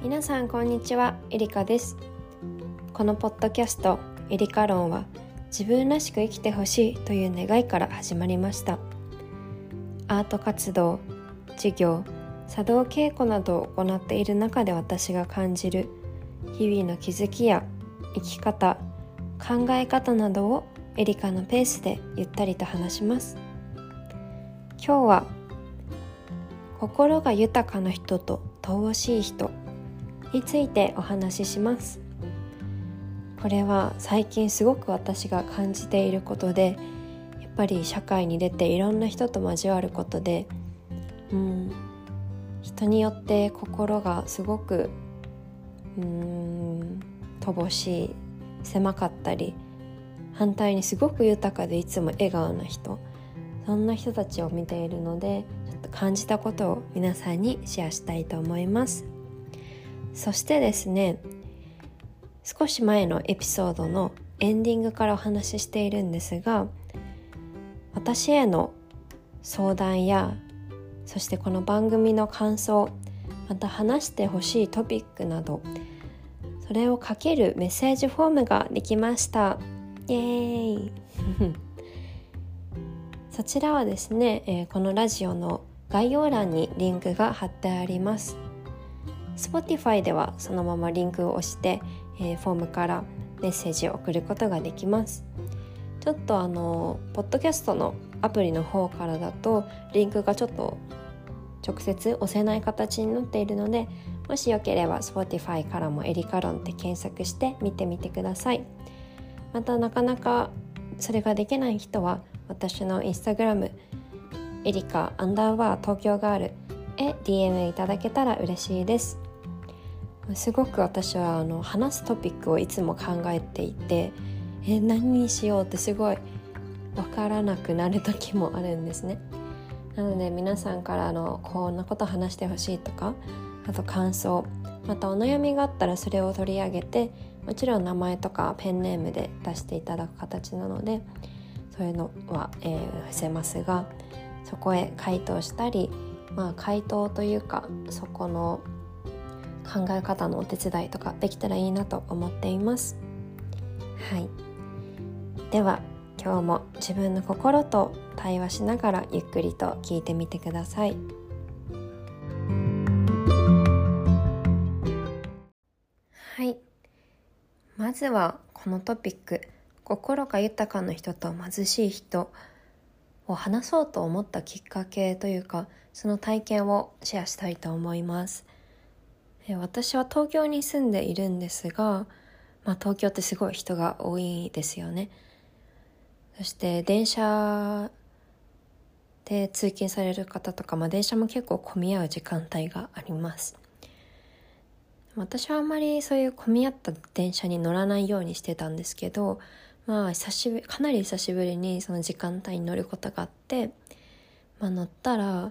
皆さんこんにちは、エリカです。このポッドキャストエリカ論は自分らしく生きてほしいという願いから始まりました。アート活動、授業、茶道稽古などを行っている中で私が感じる日々の気づきや生き方、考え方などをエリカのペースでゆったりと話します。今日は心が豊かな人と乏しい人についてお話しします。これは最近すごく私が感じていることで、やっぱり社会に出ていろんな人と交わることで、人によって心がすごく乏しい、狭かったり、反対にすごく豊かでいつも笑顔な人、そんな人たちを見ているので、ちょっと感じたことを皆さんにシェアしたいと思います。そしてですね、少し前のエピソードのエンディングからお話ししているんですが、私への相談や、そしてこの番組の感想、また話してほしいトピックなど、それを書けるメッセージフォームができました。イエーイそちらはですね、このラジオの概要欄にリンクが貼ってあります。Spotify ではそのままリンクを押して、フォームからメッセージを送ることができます。ちょっとポッドキャストのアプリの方からだとリンクがちょっと直接押せない形になっているので、もしよければ Spotify からもエリカロンって検索して見てみてください。またなかなかそれができない人は私のインスタグラムエリカ_東京ガールへ DM いただけたら嬉しいです。すごく私は話すトピックをいつも考えていて、何にしようってすごい分からなくなる時もあるんですね。なので皆さんからこんなこと話してほしいとか、あと感想、またお悩みがあったらそれを取り上げて、もちろん名前とかペンネームで出していただく形なので、そういうのは、伏せますが、そこへ回答したり、回答というかそこの考え方のお手伝いとかできたらいいなと思っています。はい、では今日も自分の心と対話しながらゆっくりと聞いてみてください。はい、まずはこのトピック、心が豊かな人と貧しい人を話そうと思ったきっかけというか、その体験をシェアしたいと思います。私は東京に住んでいるんですが、東京ってすごい人が多いですよね。そして電車で通勤される方とか、電車も結構混み合う時間帯があります。私はあんまりそういう混み合った電車に乗らないようにしてたんですけど、かなり久しぶりにその時間帯に乗ることがあって、乗ったら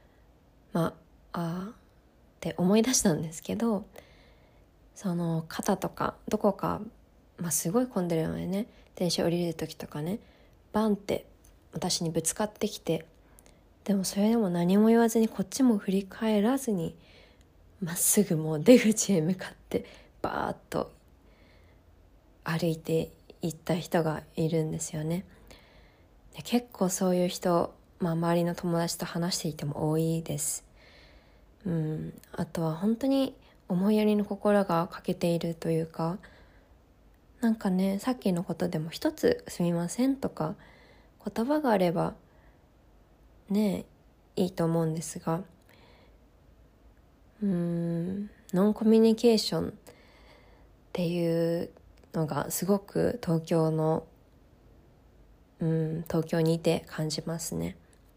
って思い出したんですけど、その肩とかどこか、すごい混んでるのでね、電車降りる時とかね、バンって私にぶつかってきて、でもそれでも何も言わずにこっちも振り返らずにまっすぐもう出口へ向かってバーッと歩いて行った人がいるんですよね。で結構そういう人、周りの友達と話していても多いです。あとは本当に思いやりの心が欠けているというか、さっきのことでも一つすみませんとか言葉があればいいと思うんですが、ノンコミュニケーションっていうのがすごく東京にいて感じますね。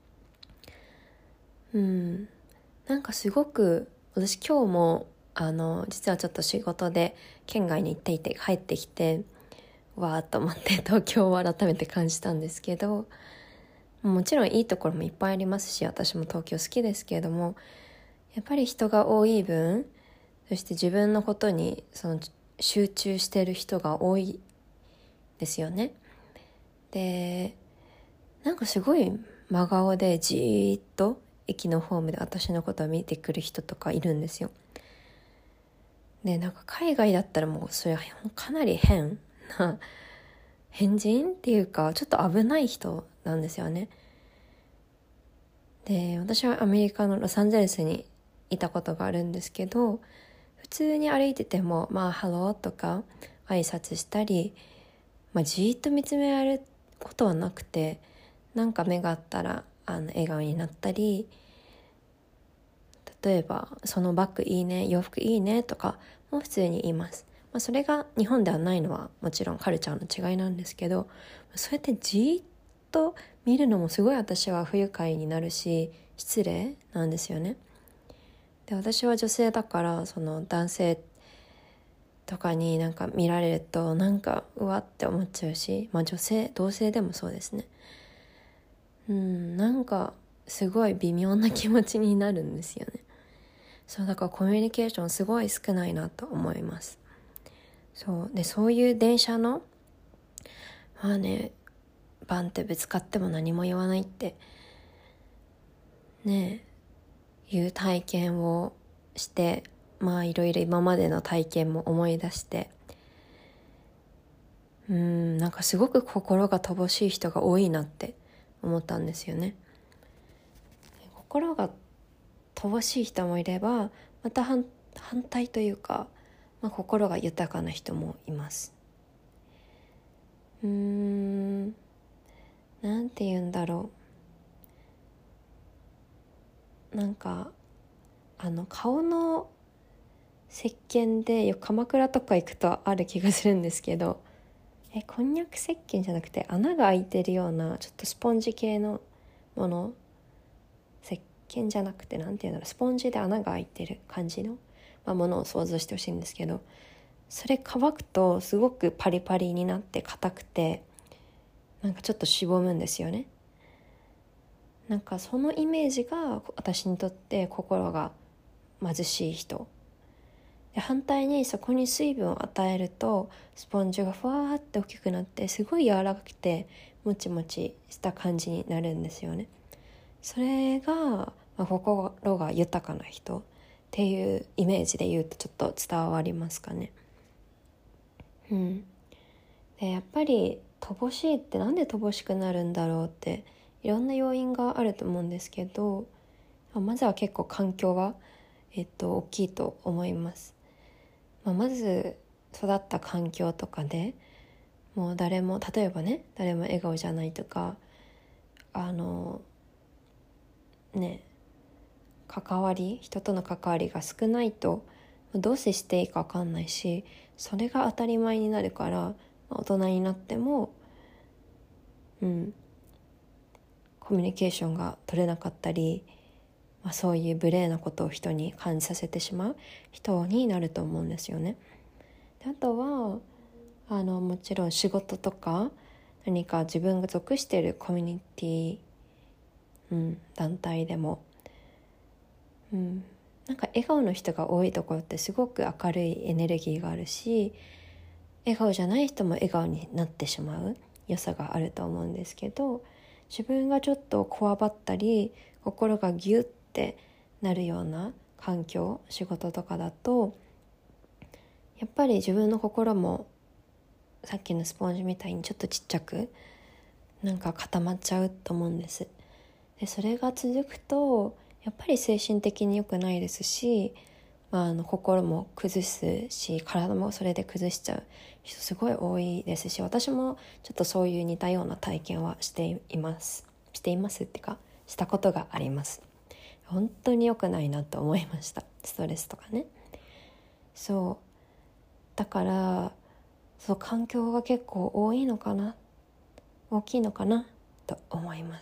すごく私今日も実はちょっと仕事で県外に行っていて帰ってきてわーっと思って東京を改めて感じたんですけど、もちろんいいところもいっぱいありますし、私も東京好きですけれども、やっぱり人が多い分、そして自分のことに集中してる人が多いですよね。で、すごい真顔でじーっと駅のホームで私のことを見てくる人とかいるんですよ。 でなんか海外だったらもうそれはかなり変な変人っていうかちょっと危ない人なんですよね。で私はアメリカのロサンゼルスにいたことがあるんですけど、普通に歩いててもハローとか挨拶したり、じーっと見つめられることはなくて、なんか目があったら笑顔になったり、例えばそのバッグいいね、洋服いいねとかも普通に言います。それが日本ではないのはもちろんカルチャーの違いなんですけど、そうやってじーっと見るのもすごい私は不愉快になるし失礼なんですよね。で私は女性だから、その男性とかになんか見られるとなんかうわって思っちゃうし、女性同性でもそうですね。なんかすごい微妙な気持ちになるんですよね。そうだからコミュニケーションすごい少ないなと思います。そういう電車のバンってぶつかっても何も言わないっていう体験をして、いろいろ今までの体験も思い出して、なんかすごく心が乏しい人が多いなって思ったんですよね。心が乏しい人もいれば、また反対というか、心が豊かな人もいます。なんて言うんだろう、なんか顔の石鹸で鎌倉とか行くとある気がするんですけど、こんにゃく石鹸じゃなくて穴が開いてるようなちょっとスポンジ系のもの、石鹸じゃなくてなんていうんだろう、スポンジで穴が開いてる感じの、ものを想像してほしいんですけど、それ乾くとすごくパリパリになって硬くて、なんかちょっとしぼむんですよね。なんかそのイメージが私にとって心が貧しい人で、反対にそこに水分を与えるとスポンジがふわーって大きくなってすごい柔らかくてもちもちした感じになるんですよね。それが、心が豊かな人っていうイメージで言うとちょっと伝わりますかね。でやっぱり乏しいってなんで乏しくなるんだろうっていろんな要因があると思うんですけど、まずは結構環境が、大きいと思います。まず育った環境とかでもう誰も例えば誰も笑顔じゃないとか人との関わりが少ないとどう接していいか分かんないし、それが当たり前になるから、大人になってもコミュニケーションが取れなかったり、そういう無礼なことを人に感じさせてしまう人になると思うんですよね。であとはもちろん仕事とか何か自分が属しているコミュニティ、団体でも、なんか笑顔の人が多いところってすごく明るいエネルギーがあるし、笑顔じゃない人も笑顔になってしまう良さがあると思うんですけど、自分がちょっとこわばったり心がギュッてなるような環境、仕事とかだとやっぱり自分の心もさっきのスポンジみたいにちょっとちっちゃくなんか固まっちゃうと思うんです。でそれが続くとやっぱり精神的に良くないですし、心も崩すし体もそれで崩しちゃう人すごい多いですし、私もちょっとそういう似たような体験はしていますってかしたことがあります。本当に良くないなと思いました。ストレスとかね。だから環境が結構大きいのかなと思います。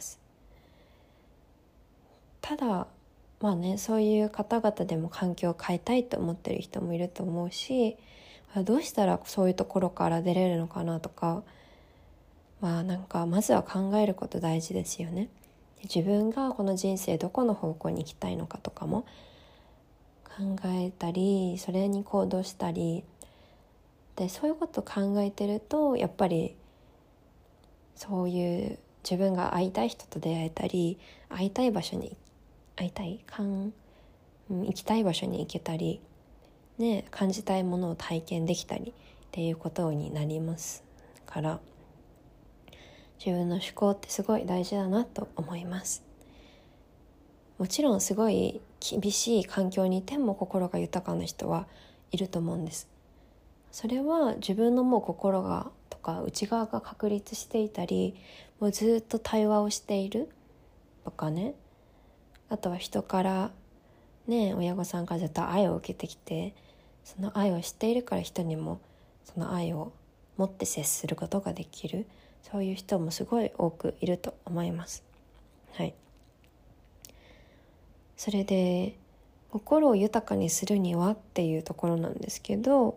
ただそういう方々でも環境を変えたいと思ってる人もいると思うし、どうしたらそういうところから出れるのかなとか、なんかまずは考えること大事ですよね。自分がこの人生どこの方向に行きたいのかとかも考えたり、それに行動したりで、そういうことを考えてるとやっぱりそういう自分が会いたい人と出会えたり、会いたい場所に行きたい場所に行けたりね、感じたいものを体験できたりっていうことになりますから、自分の思考ってすごい大事だなと思います。もちろんすごい厳しい環境にいても心が豊かな人はいると思うんです。それは自分のもう心がとか内側が確立していたり、もうずっと対話をしているとかね、あとは人からね、親御さんからずっと愛を受けてきて、その愛を知っているから人にもその愛を持って接することができる、そういう人もすごい多くいると思います。はい。それで心を豊かにするにはっていうところなんですけど、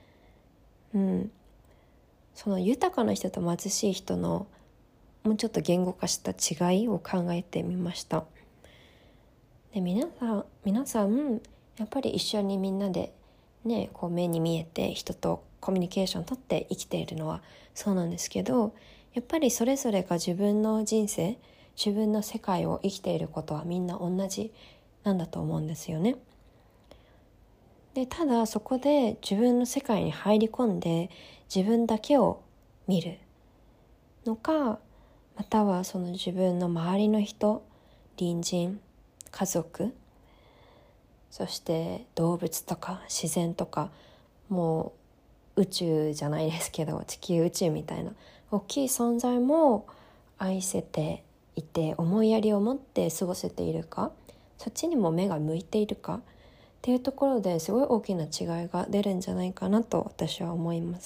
その豊かな人と貧しい人のもうちょっと言語化した違いを考えてみました。で、皆さんやっぱり一緒にみんなでね、こう目に見えて人とコミュニケーションをとって生きているのはそうなんですけど、やっぱりそれぞれが自分の人生、自分の世界を生きていることはみんな同じなんだと思うんですよね。で、ただそこで自分の世界に入り込んで自分だけを見るのか、またはその自分の周りの人、隣人、家族、そして動物とか自然とか、もう宇宙じゃないですけど地球宇宙みたいな大きい存在も愛せていて、思いやりを持って過ごせているか、そっちにも目が向いているかっていうところですごい大きな違いが出るんじゃないかなと私は思います。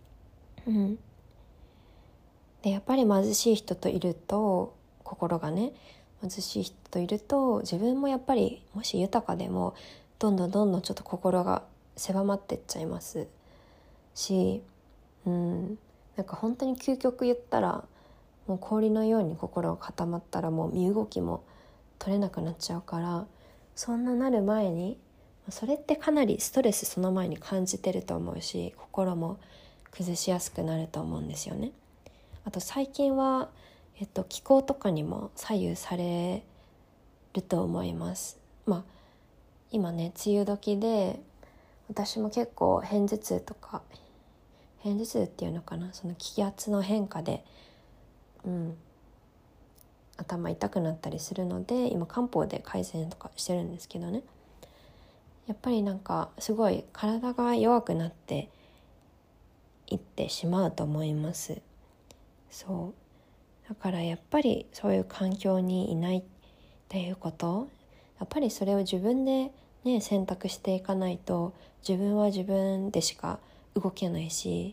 で、やっぱり貧しい人といると、心がね貧しい人といると、自分もやっぱりもし豊かでもどんどんちょっと心が狭まってっちゃいますし、なんか本当に究極言ったら、もう氷のように心が固まったらもう身動きも取れなくなっちゃうから、そんななる前に、それってかなりストレスその前に感じてると思うし、心も崩しやすくなると思うんですよね。あと最近は、気候とかにも左右されると思います。今ね梅雨時で、私も結構片頭痛とか、片頭痛っていうのかな、その気圧の変化で頭痛くなったりするので、今漢方で改善とかしてるんですけどね、やっぱりなんかすごい体が弱くなっていってしまうと思います。そうだからやっぱりそういう環境にいないっていうこと、やっぱりそれを自分でね選択していかないと、自分は自分でしか動けないし、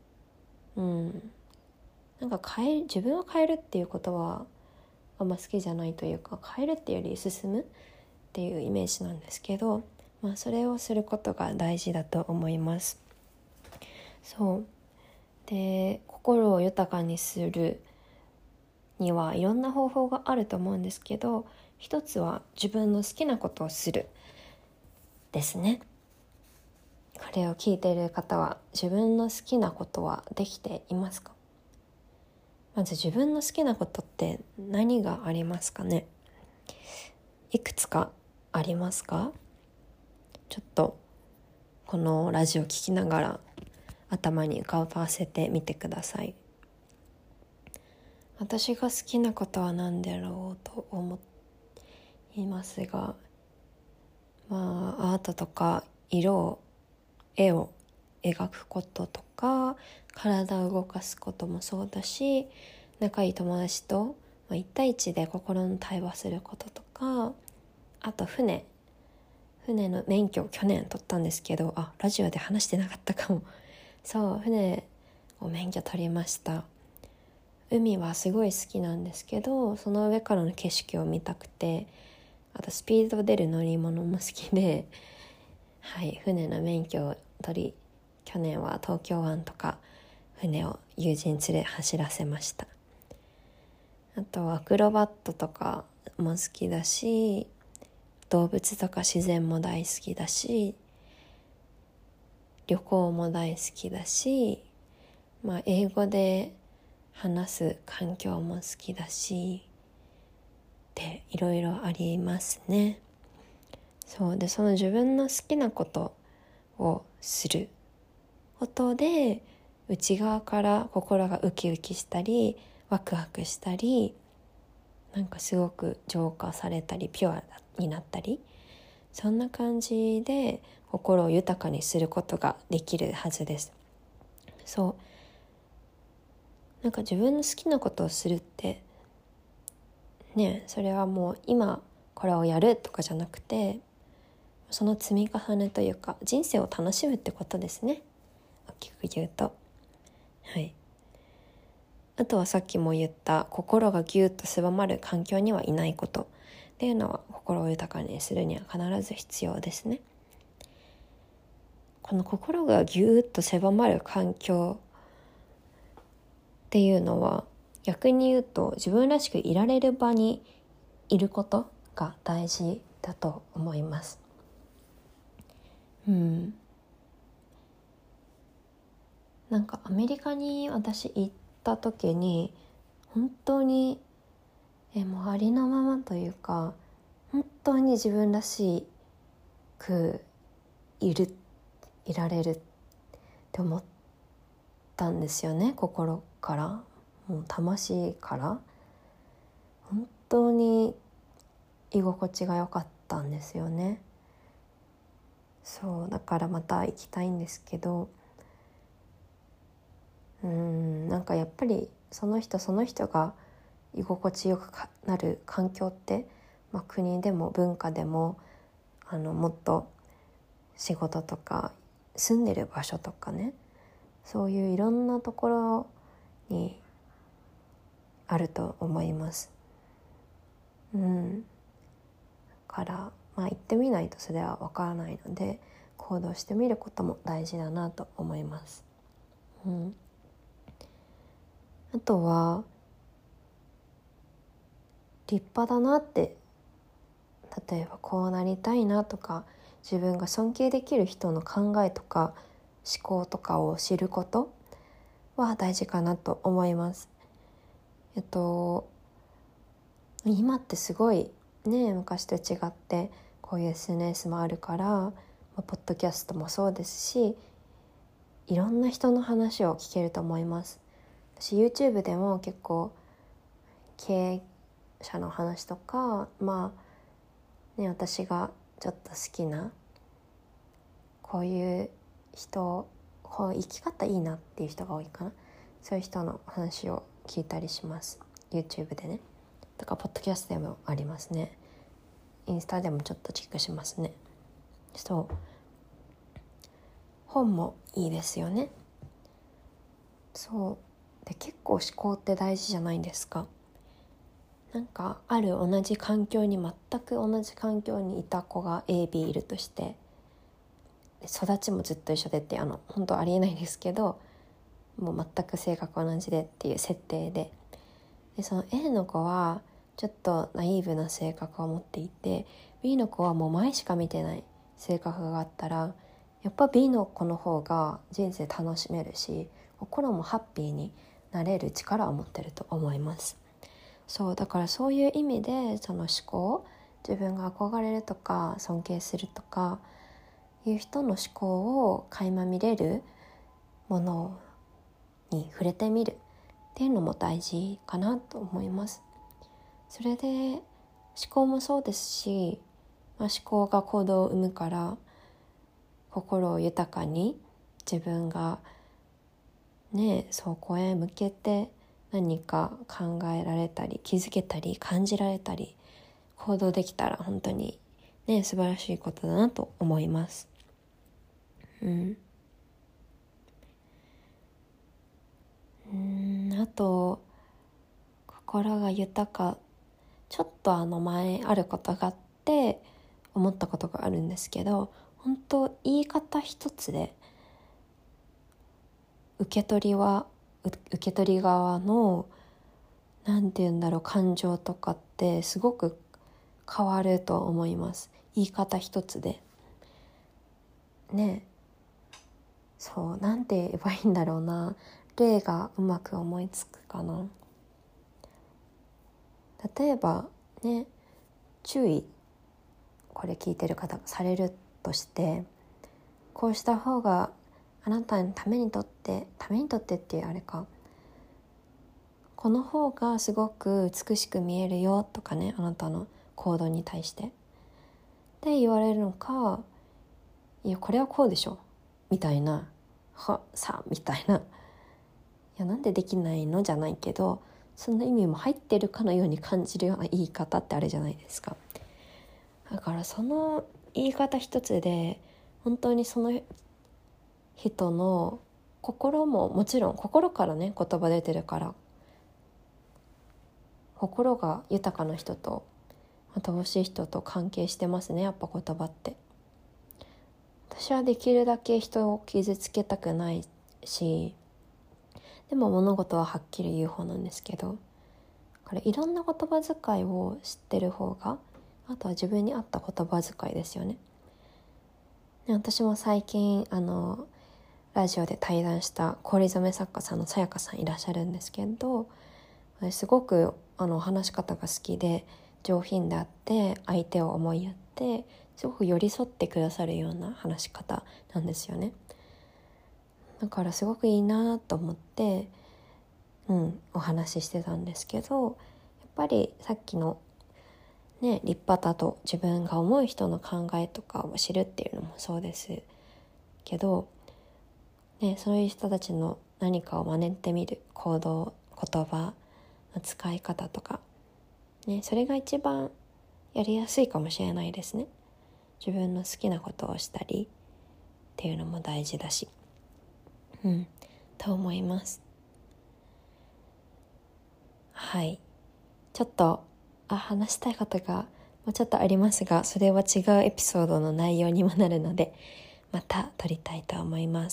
なんか自分を変えるっていうことはあんま好きじゃないというか、変えるっていうより進むっていうイメージなんですけど、それをすることが大事だと思います。そうで、心を豊かにするにはいろんな方法があると思うんですけど、一つは自分の好きなことをするですね。これを聞いている方は自分の好きなことはできていますか？まず自分の好きなことって何がありますかね？いくつかありますか？ちょっとこのラジオ聞きながら頭に浮かばせてみてください。私が好きなことは何だろうと思いますが、アートとか絵を描くこととか、体を動かすこともそうだし、仲いい友達と一対一で心の対話することとか、あと船の免許を去年取ったんですけど、ラジオで話してなかったかも。そう、船を免許取りました。海はすごい好きなんですけど、その上からの景色を見たくて、あとスピード出る乗り物も好きで、船の免許を取り、去年は東京湾とか船を友人連れ走らせました。あとアクロバットとかも好きだし、動物とか自然も大好きだし、旅行も大好きだし、英語で話す環境も好きだしっていろいろありますね。そうで、その自分の好きなことをすることで内側から心がウキウキしたりワクワクしたり、なんかすごく浄化されたりピュアになったり、そんな感じで心を豊かにすることができるはずです。なんか自分の好きなことをするってね、それはもう今これをやるとかじゃなくて、その積み重ねというか人生を楽しむってことですね、大きく言うと。はい。あとはさっきも言った心がギュッと狭まる環境にはいないことっていうのは、心を豊かにするには必ず必要ですね。この心がギュッと狭まる環境っていうのは、逆に言うと自分らしくいられる場にいることが大事だと思います。なんかアメリカに私行った時に本当にもうありのままというか、本当に自分らしくいられるって思ったんですよね。心から、もう魂から本当に居心地が良かったんですよね。だからまた行きたいんですけど、なんかやっぱりその人その人が居心地よくなる環境って、国でも文化でももっと仕事とか住んでる場所とかね、そういういろんなところにあると思います。だから行ってみないとそれはわからないので、行動してみることも大事だなと思います。あとは立派だなって、例えばこうなりたいなとか、自分が尊敬できる人の考えとか思考とかを知ることは大事かなと思います。今ってすごいね、昔と違ってこういう SNS もあるから、ポッドキャストもそうですし、いろんな人の話を聞けると思います。私 YouTube でも結構経営者の話とか、私がちょっと好きなこういう人、こう生き方いいなっていう人が多いかな、そういう人の話を聞いたりします。 YouTube でね。とかポッドキャストでもありますね。インスタでもちょっとチェックしますね。本もいいですよね。で結構思考って大事じゃないですか。なんかある同じ環境に全く同じ環境にいた子が AB いるとして、育ちもずっと一緒でって本当ありえないですけど、もう全く性格同じでっていう設定で、その A の子はちょっとナイーブな性格を持っていて、 B の子はもう前しか見てない性格があったら、やっぱ B の子の方が人生楽しめるし、心もハッピーになれる力を持ってると思います。だからそういう意味で、その思考、自分が憧れるとか尊敬するとかいう人の思考を垣間見れるものに触れてみるっていうのも大事かなと思います。それで思考もそうですし、思考が行動を生むから、心を豊かに自分がそこへ向けて何か考えられたり気づけたり感じられたり行動できたら、本当に素晴らしいことだなと思います。あと心が豊か、ちょっと前あることがあって思ったことがあるんですけど、本当言い方一つで受け取り側の感情とかってすごく変わると思います。言い方一つでなんて言えばいいんだろうな、例がうまく思いつくかな。例えば注意、これ聞いてる方がされるとして、 こうした方があなたのためにとってっていうあれか、この方がすごく美しく見えるよとかね、あなたの行動に対してって言われるのか、いやこれはこうでしょみたいな、みたいな、いやなんでできないのじゃないけど、そんな意味も入ってるかのように感じるような言い方ってあるじゃないですか。だからその言い方一つで本当にその人の心も、もちろん心からね言葉出てるから、心が豊かな人と乏しい人と関係してますね、やっぱ言葉って。私はできるだけ人を傷つけたくないし、でも物事ははっきり言う方なんですけど、これいろんな言葉遣いを知ってる方が、あとは自分に合った言葉遣いですよね。で、私も最近ラジオで対談した氷染め作家さんのさやかさんいらっしゃるんですけど、すごく話し方が好きで上品であって、相手を思いやってすごく寄り添ってくださるような話し方なんですよね。だからすごくいいなと思ってお話ししてたんですけど、やっぱりさっきのね、立派だと自分が思う人の考えとかを知るっていうのもそうですけど、ね、そういう人たちの何かを真似てみる行動、言葉の使い方とか、ね、それが一番やりやすいかもしれないですね。自分の好きなことをしたりっていうのも大事だし、と思います。はい、ちょっと話したいことがもうちょっとありますが、それは違うエピソードの内容にもなるので、また撮りたいと思います。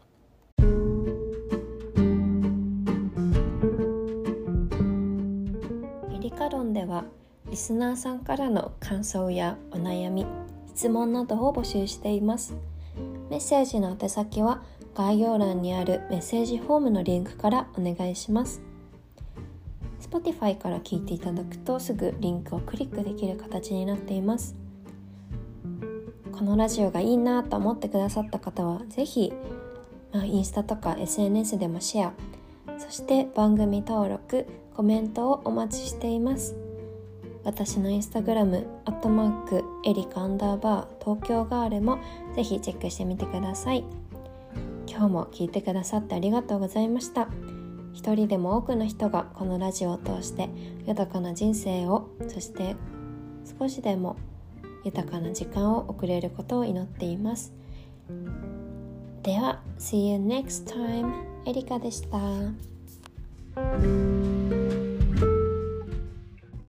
エリカ論ではリスナーさんからの感想やお悩み、質問などを募集しています。メッセージの宛先は概要欄にあるメッセージフォームのリンクからお願いします。Spotify から聞いていただくとすぐリンクをクリックできる形になっています。このラジオがいいなと思ってくださった方はぜひ、インスタとか SNS でもシェア、そして番組登録、コメントをお待ちしています。私のインスタグラム@erika_東京ガールもぜひチェックしてみてください。今日も聞いてくださってありがとうございました。一人でも多くの人がこのラジオを通して豊かな人生を、そして少しでも豊かな時間を送れることを祈っています。では See you next time。 エリカでした。